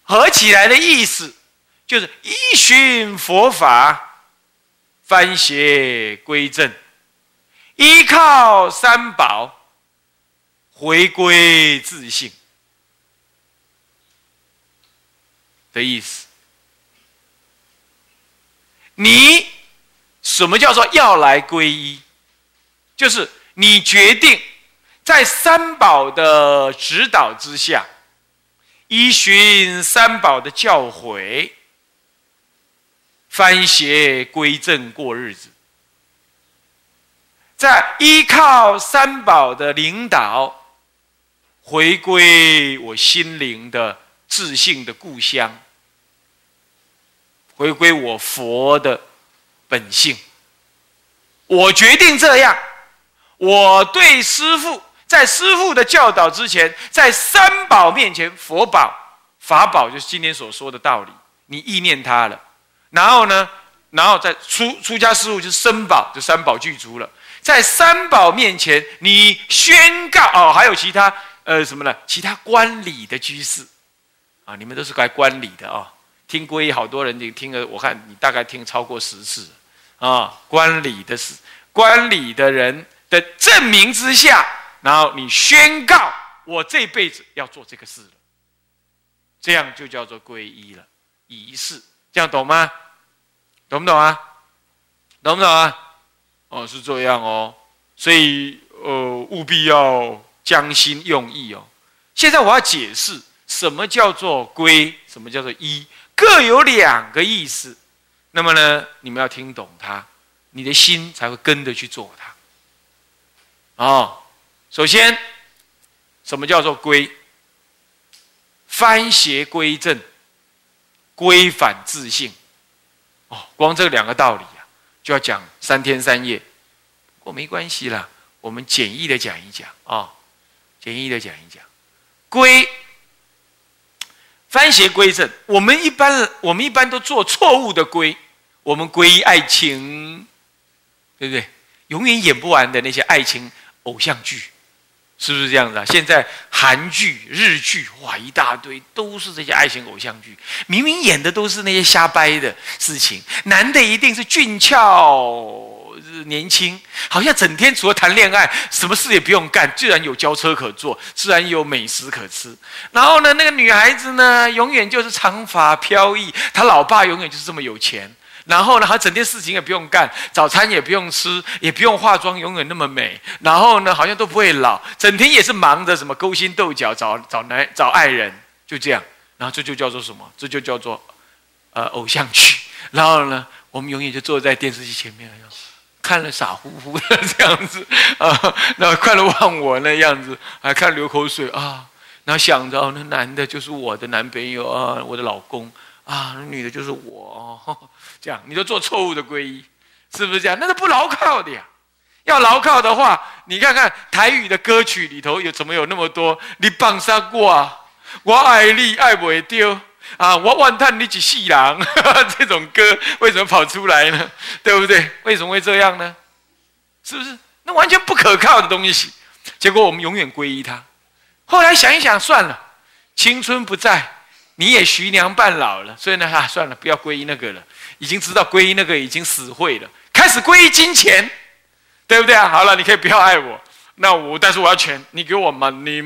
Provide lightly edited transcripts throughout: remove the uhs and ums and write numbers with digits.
合起来的意思就是依循佛法，翻邪归正，依靠三宝，回归自性的意思。你什么叫做要来皈依？就是你决定在三宝的指导之下，依循三宝的教诲，翻邪归正过日子，在依靠三宝的领导，回归我心灵的自性的故乡，回归我佛的本性。我决定这样，我对师父，在师父的教导之前，在三宝面前，佛宝、法宝就是今天所说的道理，你意念它了，然后呢，然后在出家师父就是僧宝，就三宝具足了，在三宝面前，你宣告哦，还有其他什么呢？其他观礼的居士啊，你们都是该观礼的哦。听皈依好多人，你听了，我看你大概听超过10次啊。观礼的人的证明之下，然后你宣告我这辈子要做这个事了，这样就叫做皈依了，仪式，这样懂吗？懂不懂啊？懂不懂啊？哦，是这样哦，所以务必要将心用意哦。现在我要解释什么叫做皈，什么叫做依，各有2个意思。那么呢，你们要听懂它，你的心才会跟着去做它。哦，首先，什么叫做皈？翻邪归正，归返自性。哦，光这2个道理啊，就要讲3天3夜。不过没关系啦，我们简易的讲一讲啊、哦，简易的讲一讲。归，翻邪归正，我们一般都做错误的归，我们皈依爱情，对不对？永远演不完的那些爱情偶像剧，是不是这样子啊？现在韩剧、日剧，哇，一大堆都是这些爱情偶像剧，明明演的都是那些瞎掰的事情，男的一定是俊俏年轻，好像整天除了谈恋爱，什么事也不用干，自然有轿车可坐，自然有美食可吃。然后呢，那个女孩子呢，永远就是长发飘逸，她老爸永远就是这么有钱。然后呢，他整天事情也不用干，早餐也不用吃，也不用化妆，永远那么美。然后呢，好像都不会老，整天也是忙着什么勾心斗角，找爱人，就这样。然后这就叫做什么？这就叫做偶像剧。然后呢，我们永远就坐在电视机前面，看了傻乎乎的这样子啊，然后看了忘我那样子，还看流口水啊，然后想着那男的就是我的男朋友啊，我的老公啊，那女的就是我哦。这样你就做错误的皈依，是不是这样？那是不牢靠的呀。要牢靠的话，你看看台语的歌曲里头怎么有那么多你放下我，我爱你爱不丢啊，我怨叹你一世人这种歌为什么跑出来呢？对不对？为什么会这样呢？是不是？那完全不可靠的东西。结果我们永远皈依他。后来想一想，算了，青春不在，你也徐娘半老了，所以呢，算了，不要皈依那个了。已经知道皈依那个已经死会了，开始皈依金钱，对不对啊？好了，你可以不要爱我，但是我要钱，你给我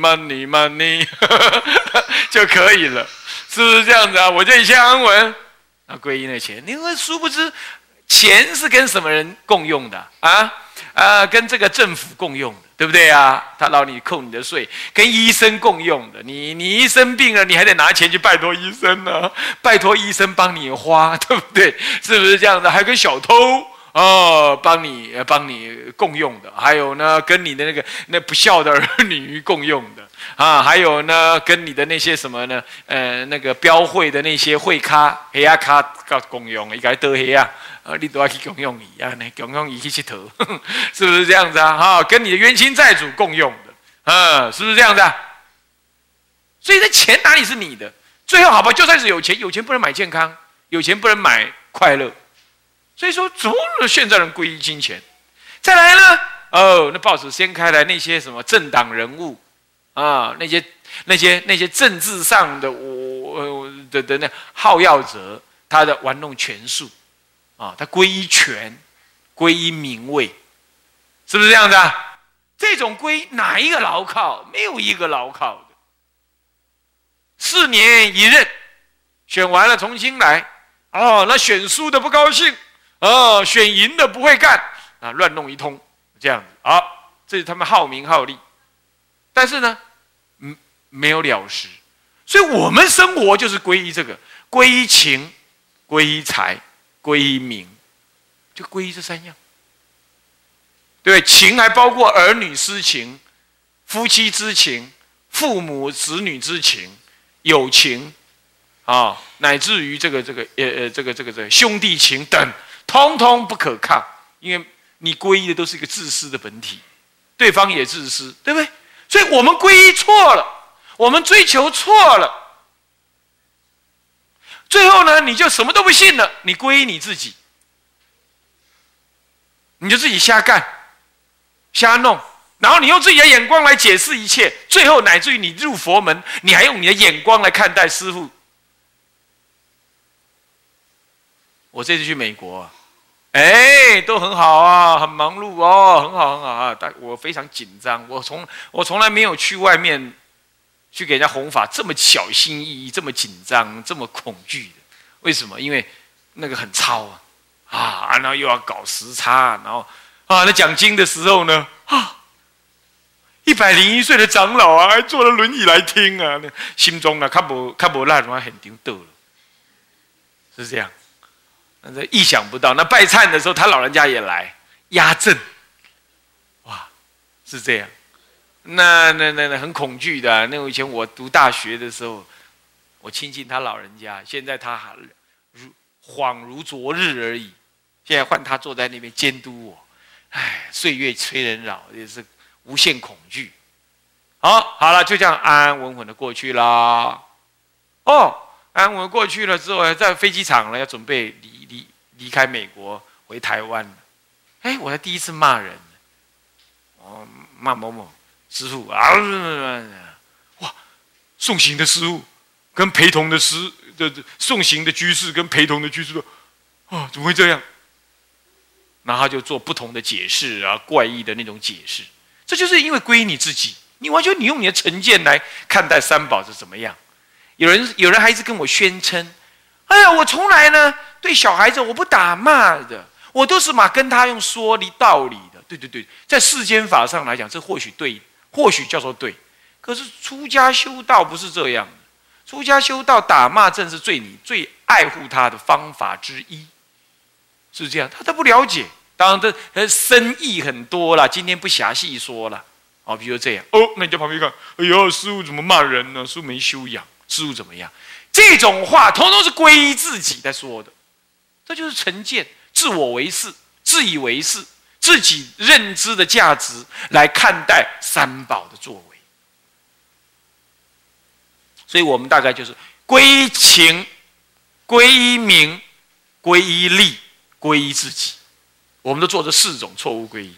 money 就可以了，是不是这样子啊？我就一切安稳，那皈依那钱，因为殊不知钱是跟什么人共用的啊？跟这个政府共用的，对不对啊？他老你扣你的税，跟医生共用的。你一生病了，你还得拿钱去拜托医生呢，拜托医生帮你花，对不对？是不是这样的？还跟小偷帮你共用的，还有呢，跟你的那不孝的儿女共用的啊，还有呢，跟你的那些什么呢？那个标会的那些会咖、黑啊咖共用，应该都黑啊。你都要去共用仪啊，共用仪去佚佗，是不是这样子啊？跟你的冤亲债主共用的，是不是这样子啊？所以这钱哪里是你的？最后好吧，就算是有钱不能买健康，有钱不能买快乐。所以说，怎么现在人皈依金钱？再来呢？那报纸掀开来，那些什么政党人物啊，那些政治上的的那好药者，他的玩弄权术啊，他皈依权，皈依名位，是不是这样子啊？这种皈哪一个牢靠？没有一个牢靠的。4年一任，选完了重新来。哦，那选输的不高兴，选赢的不会干，啊，乱弄一通，这样子。好，这是他们好名好利，但是呢，没有了实。所以我们生活就是皈依这个，皈依情，皈依财，皈依名，就皈依这3样。对，情还包括儿女私情、夫妻之情、父母子女之情、友情啊，乃至于这个兄弟情等，通通不可抗，因为你皈依的都是一个自私的本体，对方也自私，对不对？所以我们皈依错了，我们追求错了，最后呢，你就什么都不信了，你皈依你自己，你就自己瞎干。瞎弄，然后你用自己的眼光来解释一切，最后乃至于你入佛门，你还用你的眼光来看待师父。我这次去美国，都很好啊，很忙碌哦，很好很好啊，但我非常紧张，我从来没有去外面去给人家弘法这么小心翼翼，这么紧张，这么恐惧的。为什么？因为那个很操然后又要搞时差，然后。那讲经的时候呢，101岁的长老啊，还坐着轮椅来听啊，心中呢，看不烂，很丢豆了，是这样。那意想不到，那拜忏的时候，他老人家也来压阵，哇，是这样。那很恐惧的。那以前我读大学的时候，我亲近他老人家，现在他恍如昨日而已。现在换他坐在那边监督我。岁月催人老，也是无限恐惧。好了，就这样安安稳稳的过去啦。安安稳过去了之后，在飞机场了，要准备离开美国回台湾了。我才第一次骂人，骂某某师父啊，哇，送行的师父跟陪同的送行的居士跟陪同的居士说，怎么会这样？然后他就做不同的解释啊，怪异的那种解释。这就是因为皈依你自己，你完全你用你的成见来看待三宝是怎么样。有人还一直跟我宣称，我从来呢对小孩子我不打骂的，我都是跟他用说理道理的。对，在世间法上来讲，这或许对，或许叫做对。可是出家修道不是这样的，出家修道打骂正是你最爱护他的方法之一。是这样，他都不了解。当然，这深意很多啦，今天不详细说了。比如这样，那你在旁边看，师父怎么骂人呢？师父没修养，师父怎么样？这种话，通通是皈依自己在说的，这就是成见、自我为是、自以为是、自己认知的价值来看待三宝的作为。所以我们大概就是皈依情、皈依名、皈依利。皈依自己，我们都做这4种错误皈依，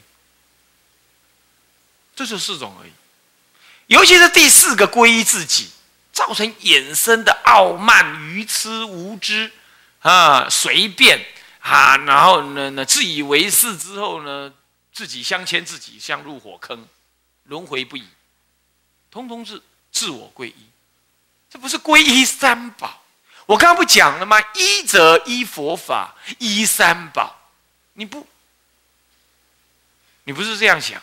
这就4种而已。尤其是第4个皈依自己，造成衍生的傲慢、愚痴、无知随便然后呢自以为是之后呢，自己相牵自己，像入火坑，轮回不已，通通是自我皈依。这不是皈依三宝。我刚刚不讲了吗？依者依佛法，依三宝。你不是这样想？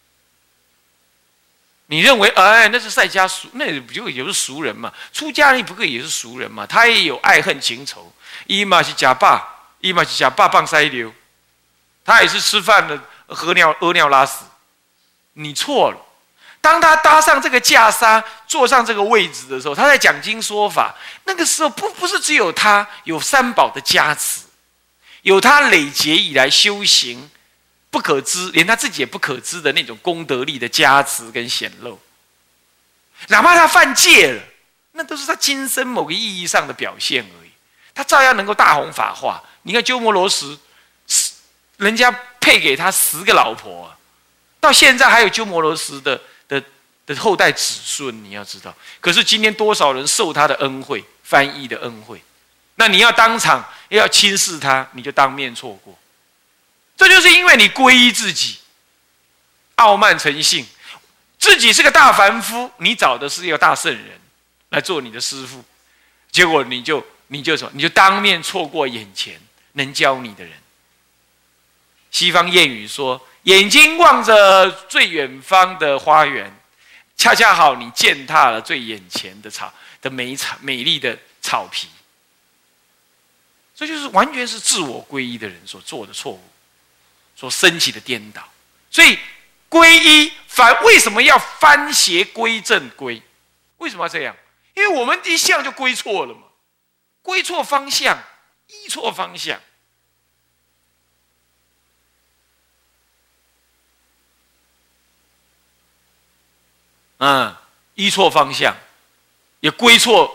你认为那是在家俗，那不就也是俗人嘛？出家人不过也是俗人嘛？他也有爱恨情仇，伊嘛是假爸，伊嘛是假爸棒塞流，他也是吃饭的屙尿拉屎。你错了。当他搭上这个袈裟，坐上这个位置的时候，他在讲经说法。那个时候不是只有他有三宝的加持，有他累劫以来修行不可知，连他自己也不可知的那种功德力的加持跟显露。哪怕他犯戒了，那都是他今生某个意义上的表现而已。他照样能够大弘法化。你看鸠摩罗什，人家配给他10个老婆，到现在还有鸠摩罗什的后代子孙，你要知道。可是今天多少人受他的恩惠， 翻译的恩惠。那你要当场要轻视他，你就当面错过。这就是因为你皈依自己，傲慢成性，自己是个大凡夫，你找的是一个大圣人来做你的师父，结果你就什么？你就当面错过眼前能教你的人。西方谚语说：“眼睛望着最远方的花园，恰恰好你践踏了最眼前的美丽的草皮。”这就是完全是自我皈依的人所做的错误，所升起的颠倒。所以皈依为什么要翻邪归正归？为什么要这样？因为我们一向就归错了嘛，归错方向，依错方向。依错方向，也归错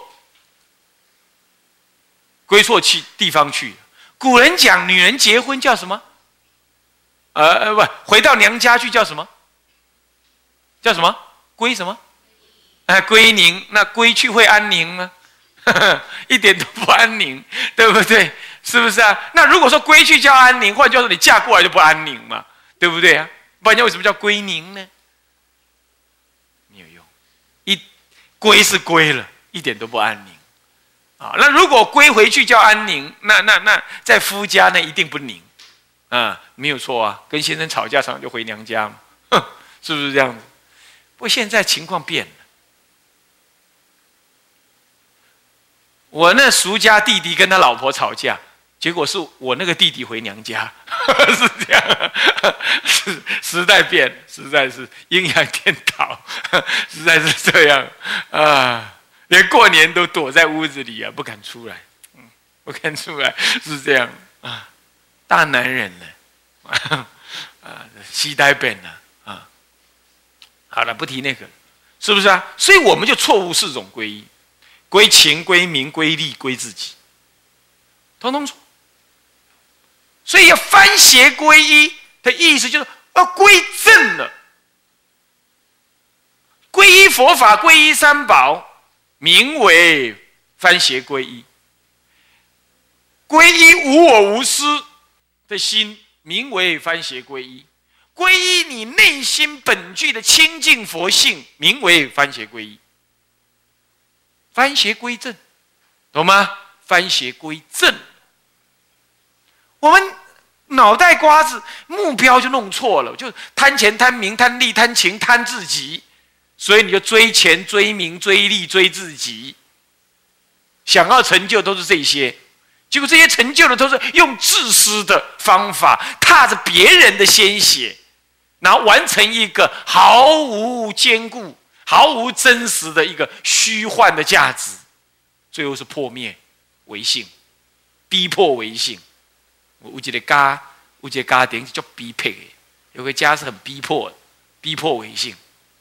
地方去。古人讲，女人结婚叫什么？不，回到娘家去叫什么？叫什么？归什么？归宁。那归去会安宁吗？一点都不安宁，对不对？是不是啊？那如果说归去叫安宁，换句话说，你嫁过来就不安宁嘛，对不对啊？不然为什么叫归宁呢？没有用，归是归了，一点都不安宁。那如果归回去叫安宁，那在夫家那一定不宁，没有错啊。跟先生吵架常常就回娘家嘛，是不是这样子？不过现在情况变了，我那俗家弟弟跟他老婆吵架，结果是我那个弟弟回娘家，是这样，时代变了，实在是阴阳颠倒，实在是这样啊。连过年都躲在屋子里啊，不敢出来，不敢出来，是这样啊，大男人了，西呆本了啊。好了，不提那个，是不是啊？所以我们就错误4种皈依：归情、归名、归利、归自己，统统错。所以要翻邪皈依的意思就是要归正了，皈依佛法，皈依三宝。名为翻邪皈依，皈依无我无私的心，名为翻邪皈依；皈依你内心本具的清净佛性，名为翻邪皈依。翻邪归正，懂吗？翻邪归正，我们脑袋瓜子目标就弄错了，就贪钱、贪名、贪利、贪情、贪自己。所以你就追钱、追名、追利、追自己，想要成就都是这些，结果这些成就的都是用自私的方法，踏着别人的鲜血，然后完成一个毫无坚固、毫无真实的一个虚幻的价值，最后是破灭为性，逼迫为性。有一个家庭叫逼迫的，有个家是很逼迫的，逼迫为性。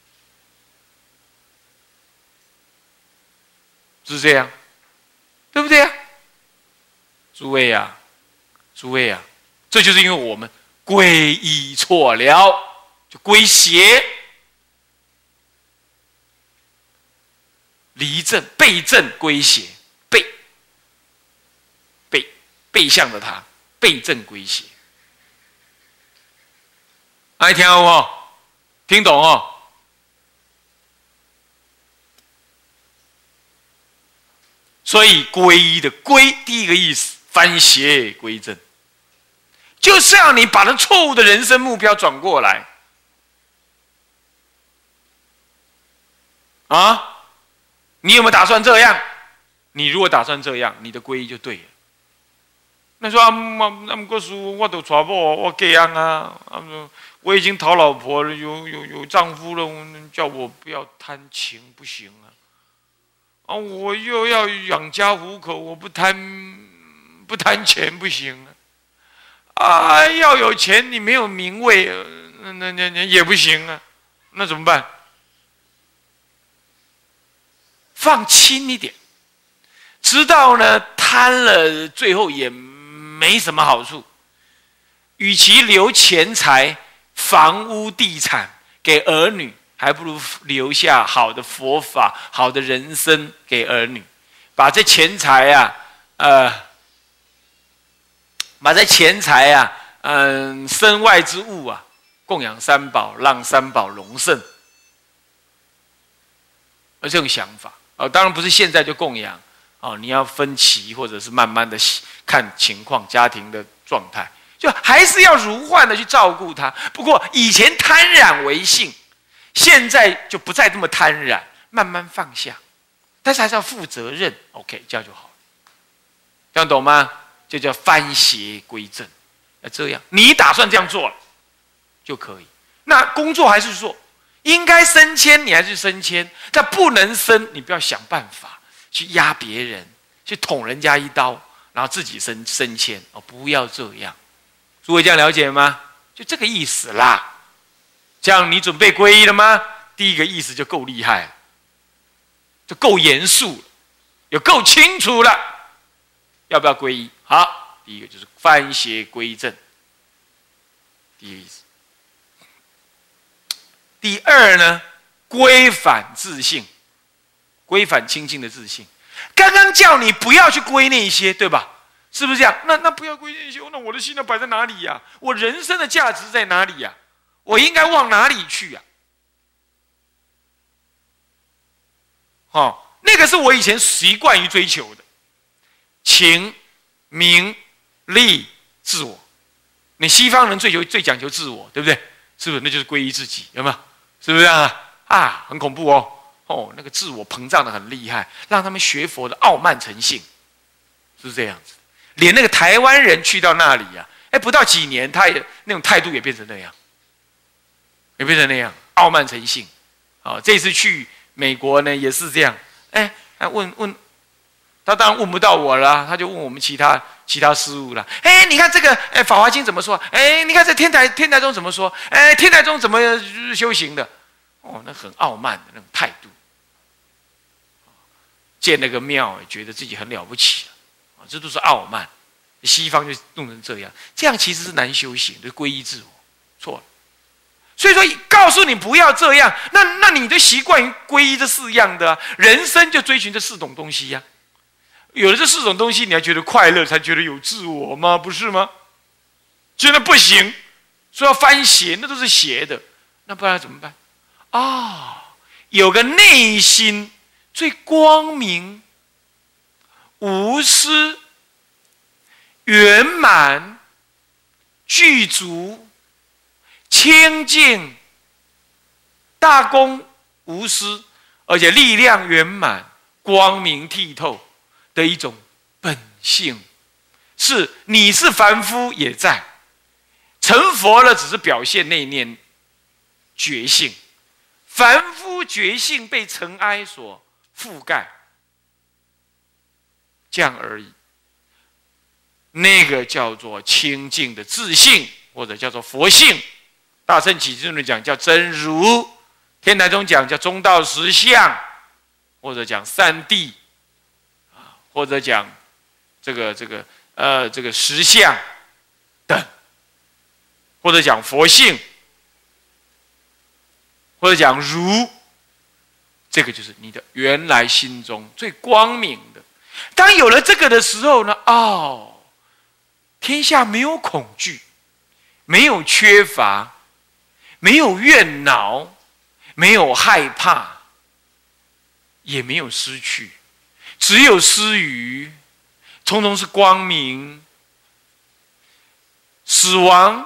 是这样，对不对啊？诸位啊，这就是因为我们皈依错了，就归邪，离正背正归邪，背向着他，背正归邪。爱听哦，听懂哦？所以皈依的皈，第一个意思翻邪归正，就是要你把那错误的人生目标转过来啊！你有没有打算这样？你如果打算这样，你的皈依就对了。那说那么个书，我都娶某，我这样啊，我已经讨老婆了，有丈夫了，叫我不要贪情，不行啊！我又要养家糊口，我不贪钱不行啊！要有钱你没有名位，那也不行啊！那怎么办？放轻一点，知道呢贪了，最后也没什么好处。与其留钱财、房屋、地产给儿女，还不如留下好的佛法、好的人生给儿女， 把这钱财啊，把这钱财啊，身外之物啊，供养三宝，让三宝隆盛。而这种想法当然不是现在就供养你要分期，或者是慢慢的看情况、家庭的状态，就还是要如幻的去照顾他。不过以前贪染为性，现在就不再这么贪染，慢慢放下，但是还是要负责任。OK， 这样就好了，这样懂吗？就叫番邪归正。这样你打算这样做了就可以。那工作还是做，应该升迁你还是升迁，但不能升，你不要想办法去压别人，去捅人家一刀，然后自己升迁不要这样。诸位这样了解吗？就这个意思啦。这样你准备皈依了吗？第一个意思就够厉害了，就够严肃了，也够清楚了。要不要皈依？好，第一个就是番邪归正，第一个意思。第二呢，归返自性，归返清净的自性。刚刚叫你不要去归那些，对吧？是不是这样？那不要归那些，那我的心要摆在哪里呀？我人生的价值在哪里呀？我应该往哪里去呀？那个是我以前习惯于追求的，情、名、利、自我。你西方人最讲究自我，对不对？是不是？那就是皈依自己，有没有？是不是这样啊？很恐怖那个自我膨胀的很厉害，让他们学佛的傲慢成性，是不是这样子？连那个台湾人去到那里不到几年，他也那种态度也变成那样，傲慢成性。这次去美国呢，也是这样。问他当然问不到我了，他就问我们其他师父了。你看这个《法华经》怎么说？你看这天台宗怎么说？天台宗怎么修行的？那很傲慢的那种态度。建了个庙，觉得自己很了不起了，这都是傲慢。西方就弄成这样，这样其实是难修行，就是皈依自我，错了。所以说，告诉你不要这样，那你就习惯于皈依这4样的人生就追寻这4种东西呀。有了这4种东西，你还觉得快乐，才觉得有自我吗？不是吗？觉得不行，说要翻邪，那都是邪的，那不然怎么办？有个内心最光明、无私、圆满、具足、清净、大公无私，而且力量圆满、光明剔透的一种本性，你是凡夫也在，成佛了只是表现内念觉性，凡夫觉性被尘埃所覆盖，这样而已。那个叫做清净的自性，或者叫做佛性。大乘起信论讲叫真如，天台宗讲叫中道实相，或者讲三谛，或者讲这个实相等，或者讲佛性，或者讲如，这个就是你的原来心中最光明的。当有了这个的时候呢，天下没有恐惧，没有缺乏，没有怨恼，没有害怕，也没有失去，只有失余，通通是光明。死亡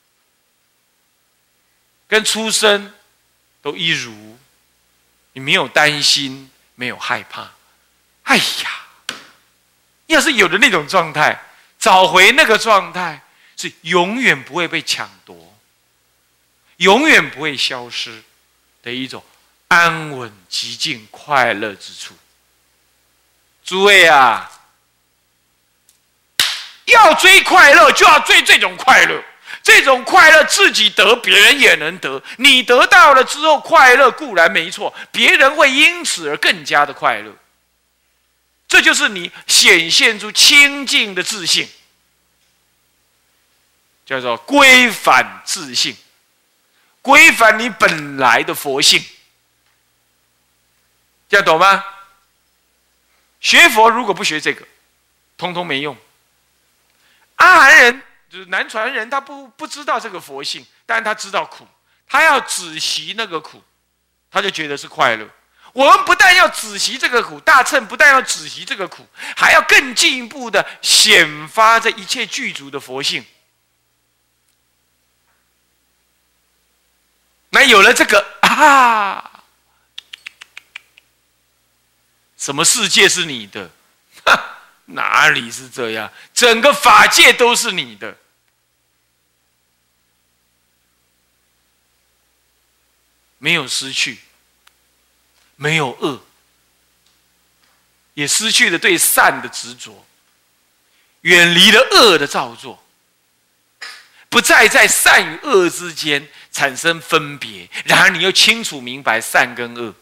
跟出生都一如，你没有担心，没有害怕。要是有的那种状态，找回那个状态，是永远不会被抢夺，永远不会消失的一种安稳、极静、快乐之处。诸位啊，要追快乐，就要追这种快乐。这种快乐自己得，别人也能得。你得到了之后，快乐固然没错，别人会因此而更加的快乐。这就是你显现出清净的自信，叫做归返自性，归返你本来的佛性，这样懂吗？ 学佛如果不学这个，通通没用。阿含人就是南传人，他不知道这个佛性，但是他知道苦，他要止息那个苦，他就觉得是快乐。我们不但要止息这个苦，大乘不但要止息这个苦，还要更进一步的显发这一切具足的佛性。那有了这个啊，什么世界是你的？哪里是这样？整个法界都是你的。没有失去，没有恶，也失去了对善的执着，远离了恶的造作，不再在善与恶之间产生分别。然而你又清楚明白善跟恶，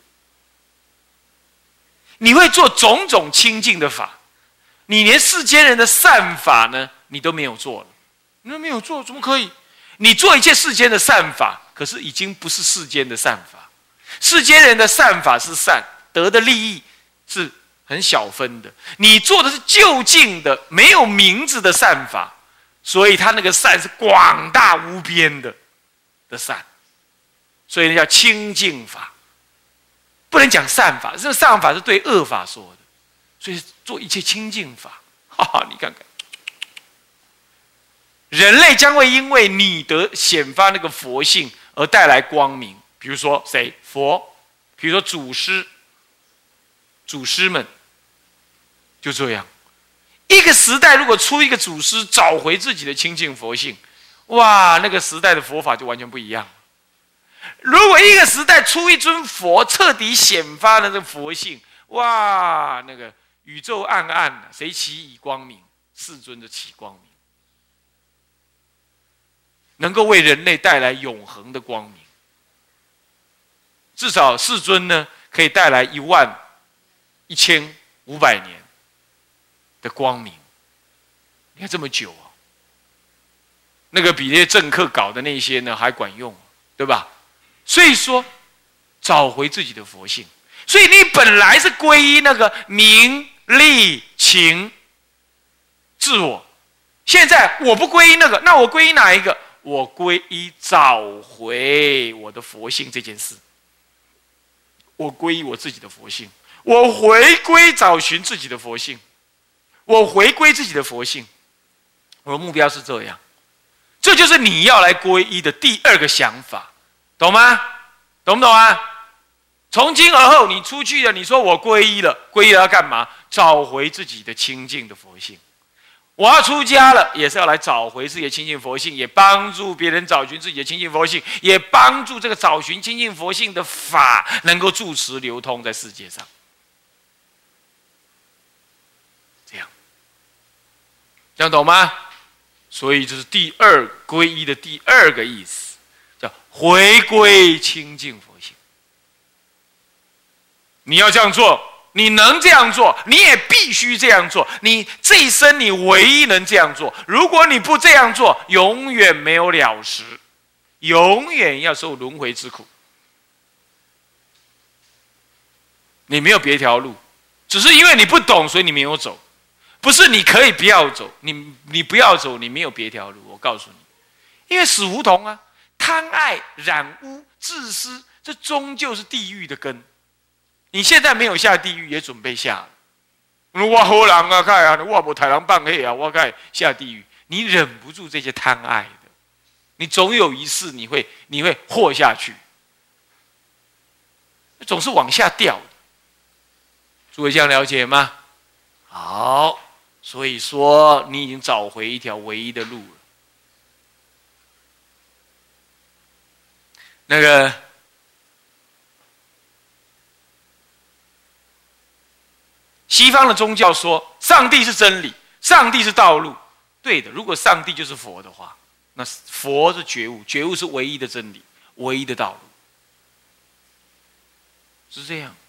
你会做种种清净的法。你连世间人的善法呢，你都没有做了。你都没有做，怎么可以？你做一切世间的善法，可是已经不是世间的善法。世间人的善法是善，得的利益是很小分的。你做的是究竟的、没有名字的善法，所以他那个善是广大无边的善，所以叫清净法。不能讲善法，这善法是对恶法说的。所以做一切清净法，哈哈，你看看，人类将会因为你的显发那个佛性而带来光明。比如说谁？佛，比如说祖师们，就这样。一个时代如果出一个祖师，找回自己的清净佛性，哇，那个时代的佛法就完全不一样。如果一个时代出一尊佛，彻底显发了这个佛性，哇，那个宇宙暗暗，谁其以光明？世尊就起光明，能够为人类带来永恒的光明。至少世尊呢，可以带来11500年的光明。你看这么久啊，那个比那些政客搞的那些呢还管用，对吧？所以说，找回自己的佛性。所以你本来是皈依那个名利情自我，现在我不皈依那个，那我皈依哪一个？我皈依找回我的佛性这件事。我皈依我自己的佛性，我回归找寻自己的佛性，我回归自己的佛性。我的目标是这样，这就是你要来皈依的第二个想法，懂吗？懂不懂啊？从今而后，你出去了，你说我皈依了，皈依了要干嘛？找回自己的清净的佛性。我要出家了，也是要来找回自己的清净佛性，也帮助别人找寻自己的清净佛性，也帮助这个找寻清净佛性的法能够住持流通在世界上。这样懂吗？所以这是第二皈依的第二个意思，叫回归清净佛性。你要这样做，你能这样做，你也必须这样做。你这一生你唯一能这样做。如果你不这样做，永远没有了时，永远要受轮回之苦。你没有别条路，只是因为你不懂，所以你没有走。不是你可以不要走，你不要走，你没有别条路。我告诉你，因为死胡同啊，贪爱、染污、自私，这终究是地狱的根。你现在没有下地狱，也准备下了。我好人啊，看啊，我不太人放黑啊，我该下地狱。你忍不住这些贪爱的，你总有一世你会活下去，总是往下掉的。诸位这样了解吗？好，所以说你已经找回一条唯一的路了。那个。西方的宗教说上帝是真理，上帝是道路，对的。如果上帝就是佛的话，那佛是觉悟，觉悟是唯一的真理，唯一的道路，是这样。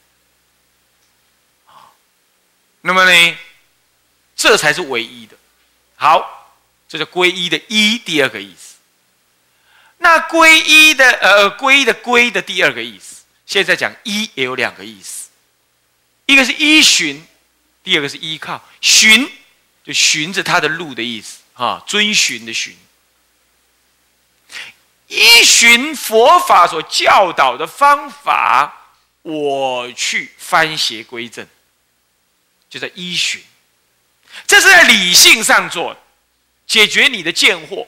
那么呢，这才是唯一的。好，这是皈依的依第二个意思。那皈依的皈的第二个意思，现在讲依也有两个意思，一个是依循。 第二个是依靠，循就循着他的路的意思啊，遵循的循。依循佛法所教导的方法，我去翻邪归正，就在依循。这是在理性上做的，解决你的见惑。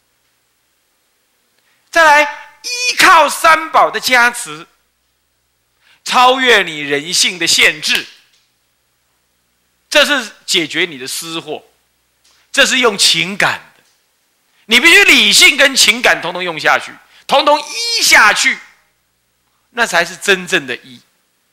再来，依靠三宝的加持，超越你人性的限制，这是解决你的私货，这是用情感的。你必须理性跟情感统统用下去，统统依下去，那才是真正的依。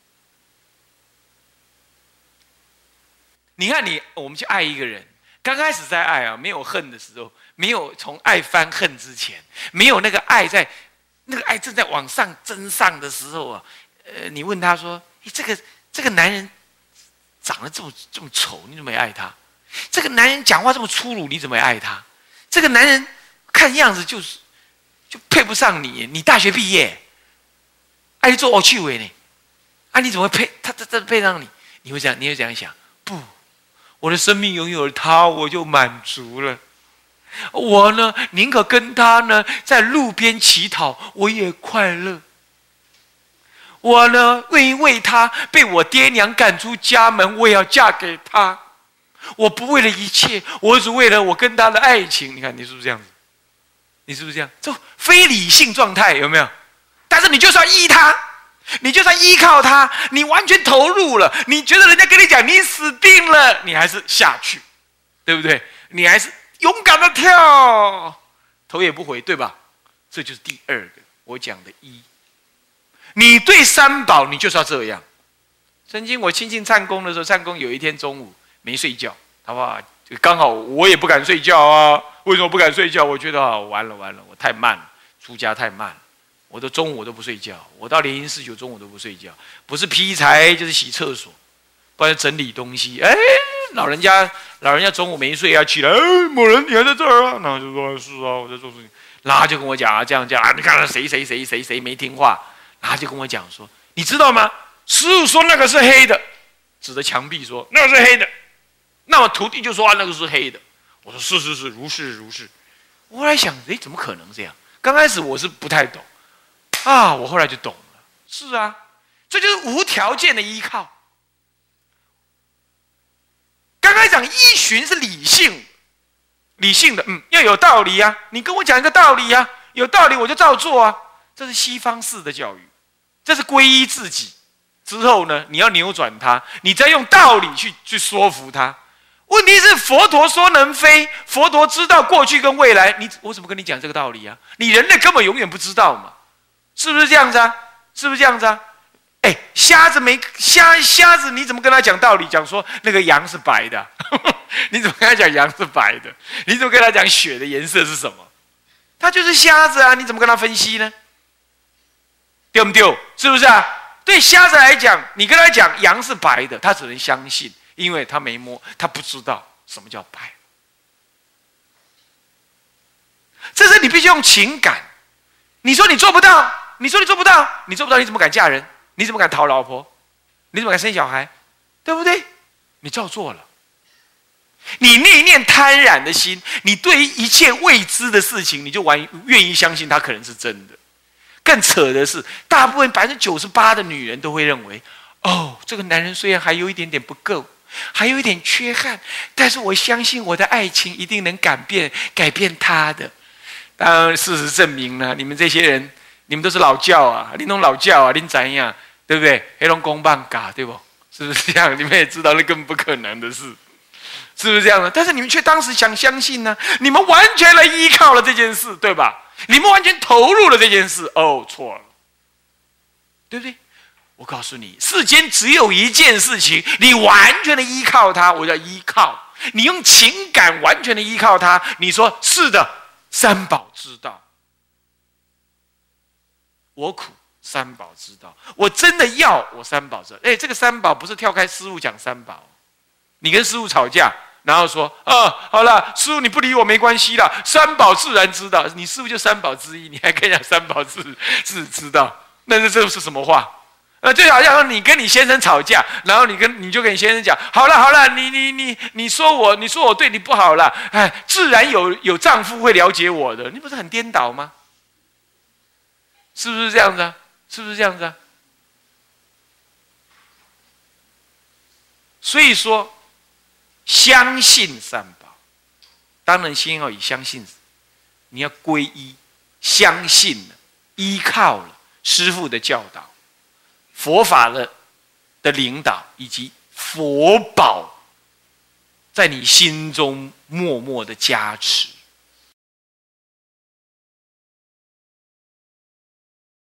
你看我们去爱一个人，刚开始在爱啊，没有恨的时候，没有从爱翻恨之前，没有那个爱正在往上增上的时候啊，你问他说：“这个男人长得这么丑，你怎么也爱他？这个男人讲话这么粗鲁，你怎么也爱他？这个男人看样子就配不上你，你大学毕业，你做我趣味呢？你怎么会配他配上你？你会这样想？不。”我的生命拥有了他，我就满足了。我呢，宁可跟他呢在路边乞讨，我也快乐。我呢，愿意为他被我爹娘赶出家门，我也要嫁给他。我不为了一切，我只为了我跟他的爱情。你看，你是不是这样子？你是不是这样？这非理性状态有没有？但是你就是要依他。你就算依靠他，你完全投入了，你觉得人家跟你讲你死定了，你还是下去，对不对？你还是勇敢的跳，头也不回，对吧？这就是第二个我讲的依。你对三宝，你就是要这样。曾经我亲近忏公的时候，忏公有一天中午没睡觉，好不好？刚好我也不敢睡觉啊。为什么不敢睡觉？我觉得完了，我太慢了，出家太慢了。我都中午我都不睡觉，我到莲因寺就中午都不睡觉，不是劈柴就是洗厕所，不然整理东西。老人家中午没睡啊，起来，某人你还在这儿啊？然后就说是啊，我在做事情。然后就跟我讲啊，这样啊，你看谁没听话，然后就跟我讲说，你知道吗？师父说那个是黑的，指着墙壁说那个是黑的，那么徒弟就说那个是黑的。我说是，如是。我来想，怎么可能这样？刚开始我是不太懂。我后来就懂了。是啊，这就是无条件的依靠。刚才讲依循是理性的，要有道理啊。你跟我讲一个道理啊，有道理我就照做啊。这是西方式的教育，这是皈依自己之后呢，你要扭转它，你再用道理去说服他。问题是佛陀说能飞，佛陀知道过去跟未来，我怎么跟你讲这个道理啊？你人类根本永远不知道嘛。是不是这样子啊？瞎子你怎么跟他讲道理？讲说那个羊是白的，你怎么跟他讲羊是白的？你怎么跟他讲血的颜色是什么？他就是瞎子啊！你怎么跟他分析呢？对不对？是不是啊？对瞎子来讲，你跟他讲羊是白的，他只能相信，因为他没摸，他不知道什么叫白。这是你必须用情感。你说你做不到，你怎么敢嫁人？你怎么敢讨老婆？你怎么敢生小孩？对不对？你照做了。你那念贪婪的心，你对于一切未知的事情，你就愿意相信它可能是真的。更扯的是，大部分98%的女人都会认为，这个男人虽然还有一点点不够，还有一点缺憾，但是我相信我的爱情一定能改变他的。当然，事实证明呢，你们这些人，你们都是老教啊，你弄老教啊，你怎样，对不对？黑龙公棒嘎，对不？是不是这样？你们也知道那根本不可能的事，是不是这样的？但是你们却当时想相信呢，你们完全来依靠了这件事，对吧？你们完全投入了这件事，错了，对不对？我告诉你，世间只有一件事情，你完全的依靠它，我叫依靠。你用情感完全的依靠它，你说是的。三宝知道，我苦，三宝知道。我真的要，我三宝知道。这个三宝不是跳开师父讲三宝，你跟师父吵架，然后说好了，师父你不理我没关系啦，三宝自然知道。你师父就三宝之一，你还跟人家三宝自知道，那这是什么话？ 就好像你跟你先生吵架，然后你就跟你先生讲，好了，你说我对你不好了，哎，自然有丈夫会了解我的，你不是很颠倒吗？是不是这样子啊？是不是这样子啊？所以说，相信三宝，当然先要以相信，你要皈依，相信了，依靠了师父的教导，佛法的领导，以及佛宝在你心中默默的加持。